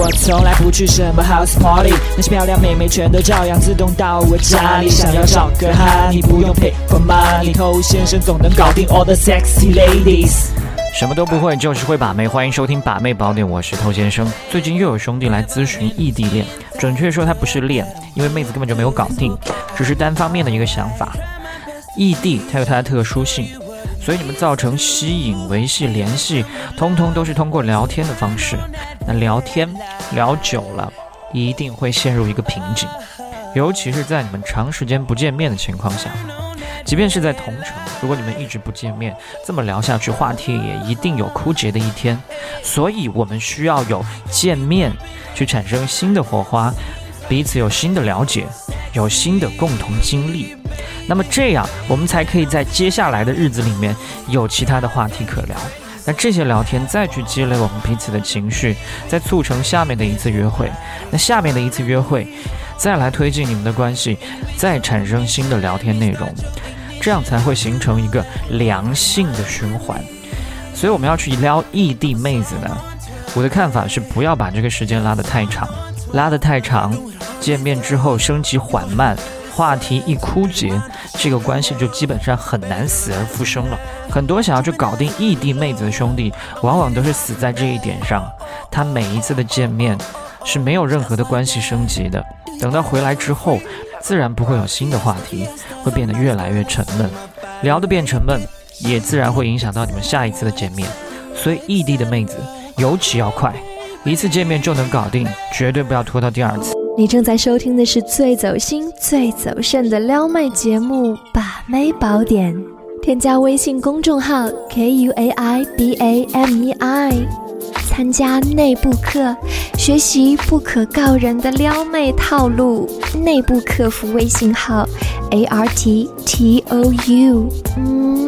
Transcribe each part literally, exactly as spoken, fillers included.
我从来不去什么 house party， 那些漂亮妹妹全都照样自动到我家里。想要找个哈，你不用 pay for money， 偷先生总能搞定 all the sexy ladies。 什么都不会，就是会把妹。欢迎收听把妹宝典，我是偷先生。最近又有兄弟来咨询异地恋，准确说他不是恋，因为妹子根本就没有搞定，只是单方面的一个想法。异地它有它的特殊性，所以你们造成吸引、维系、联系，通通都是通过聊天的方式。那聊天聊久了，一定会陷入一个瓶颈，尤其是在你们长时间不见面的情况下。即便是在同城，如果你们一直不见面，这么聊下去，话题也一定有枯竭的一天。所以我们需要有见面，去产生新的火花，彼此有新的了解，有新的共同经历。那么这样，我们才可以在接下来的日子里面有其他的话题可聊。那这些聊天再去积累我们彼此的情绪，再促成下面的一次约会。那下面的一次约会，再来推进你们的关系，再产生新的聊天内容，这样才会形成一个良性的循环。所以我们要去撩异地妹子呢，我的看法是不要把这个时间拉得太长，拉得太长，见面之后升级缓慢，话题一枯竭，这个关系就基本上很难死而复生了。很多想要去搞定异地妹子的兄弟，往往都是死在这一点上。他每一次的见面是没有任何的关系升级的，等到回来之后，自然不会有新的话题，会变得越来越沉闷，聊得变沉闷，也自然会影响到你们下一次的见面。所以异地的妹子尤其要快，一次见面就能搞定，绝对不要拖到第二次。 你正在收听的是最走心最走肾的撩妹节目《把妹宝典》，添加微信公众号 K U A I B A M E I， 参加内部课，学习不可告人的撩妹套路。内部客服微信号 A R T T O U。 嗯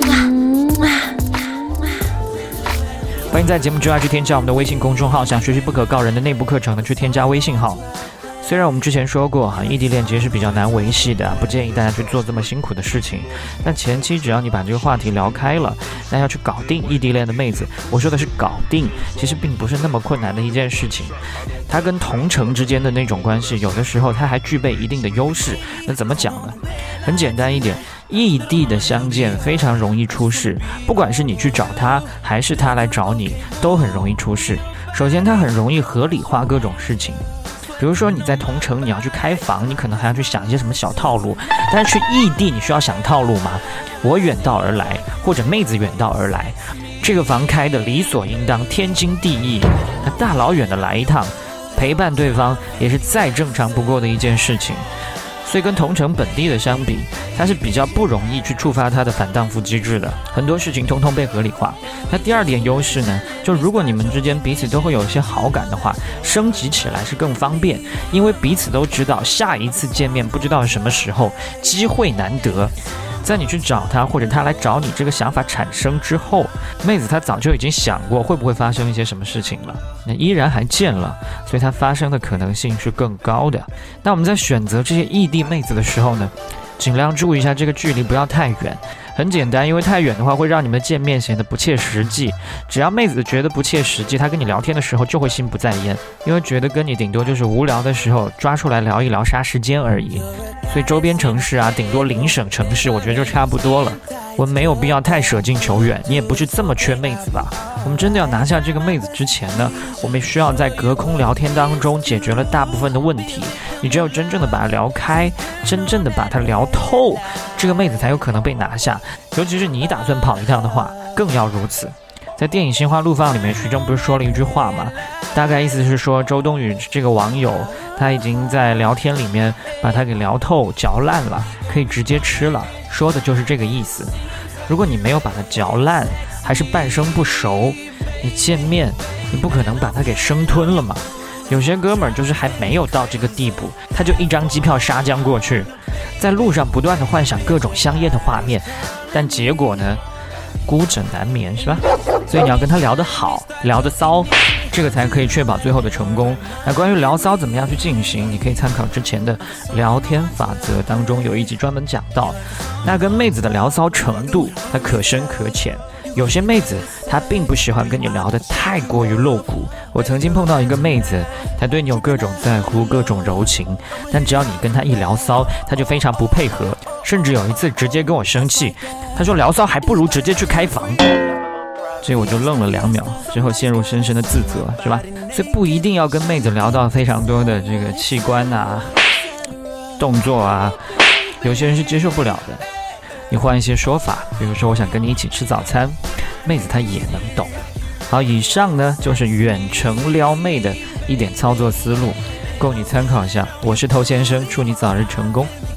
欢迎在节目之外去添加我们的微信公众号，想学习不可告人的内部课程的，去添加微信号。虽然我们之前说过哈，异地恋其实是比较难维系的，不建议大家去做这么辛苦的事情。但前期只要你把这个话题聊开了，那要去搞定异地恋的妹子，我说的是搞定，其实并不是那么困难的一件事情。它跟同城之间的那种关系，有的时候它还具备一定的优势。那怎么讲呢？很简单一点，异地的相见非常容易出事，不管是你去找他，还是他来找你，都很容易出事。首先，他很容易合理化各种事情。比如说你在同城，你要去开房，你可能还要去想一些什么小套路，但是去异地你需要想套路吗？我远道而来，或者妹子远道而来，这个房开的理所应当，天经地义，那大老远的来一趟，陪伴对方也是再正常不过的一件事情。所以跟同城本地的相比，它是比较不容易去触发它的反荡妇机制的，很多事情通通被合理化。那第二点优势呢，就如果你们之间彼此都会有一些好感的话，升级起来是更方便，因为彼此都知道下一次见面不知道是什么时候，机会难得。在你去找他或者他来找你这个想法产生之后，妹子她早就已经想过会不会发生一些什么事情了，那依然还见了，所以它发生的可能性是更高的。那我们在选择这些异地妹子的时候呢，尽量注意一下这个距离不要太远。很简单，因为太远的话会让你们见面显得不切实际。只要妹子觉得不切实际，她跟你聊天的时候就会心不在焉，因为觉得跟你顶多就是无聊的时候抓出来聊一聊杀时间而已。所以周边城市啊，顶多邻省城市，我觉得就差不多了。我们没有必要太舍近求远，你也不是这么缺妹子吧？我们真的要拿下这个妹子之前呢，我们需要在隔空聊天当中解决了大部分的问题。你只有真正的把它聊开，真正的把它聊透，这个妹子才有可能被拿下。尤其是你打算跑一趟的话，更要如此。在电影《心花怒放》里面，徐峥不是说了一句话吗？大概意思是说，周冬雨这个网友他已经在聊天里面把它给聊透嚼烂了，可以直接吃了，说的就是这个意思。如果你没有把它嚼烂，还是半生不熟，你见面你不可能把它给生吞了嘛。有些哥们儿就是还没有到这个地步，他就一张机票杀江过去，在路上不断的幻想各种香艳的画面，但结果呢，孤枕难眠，是吧？所以你要跟他聊得好，聊得骚，这个才可以确保最后的成功。那关于聊骚怎么样去进行，你可以参考之前的聊天法则当中有一集专门讲到。那跟妹子的聊骚程度，它可深可浅， 有些妹子她并不喜欢跟你聊得太过于露骨。我曾经碰到一个妹子，她对你有各种在乎，各种柔情，但只要你跟她一聊骚，她就非常不配合，甚至有一次直接跟我生气，她说聊骚还不如直接去开房。这我就愣了两秒，之后陷入深深的自责，是吧？所以不一定要跟妹子聊到非常多的这个器官啊、动作啊，有些人是接受不了的。你换一些说法，比如说我想跟你一起吃早餐，妹子她也能懂。好，以上呢就是远程撩妹的一点操作思路，供你参考一下。我是头先生，祝你早日成功。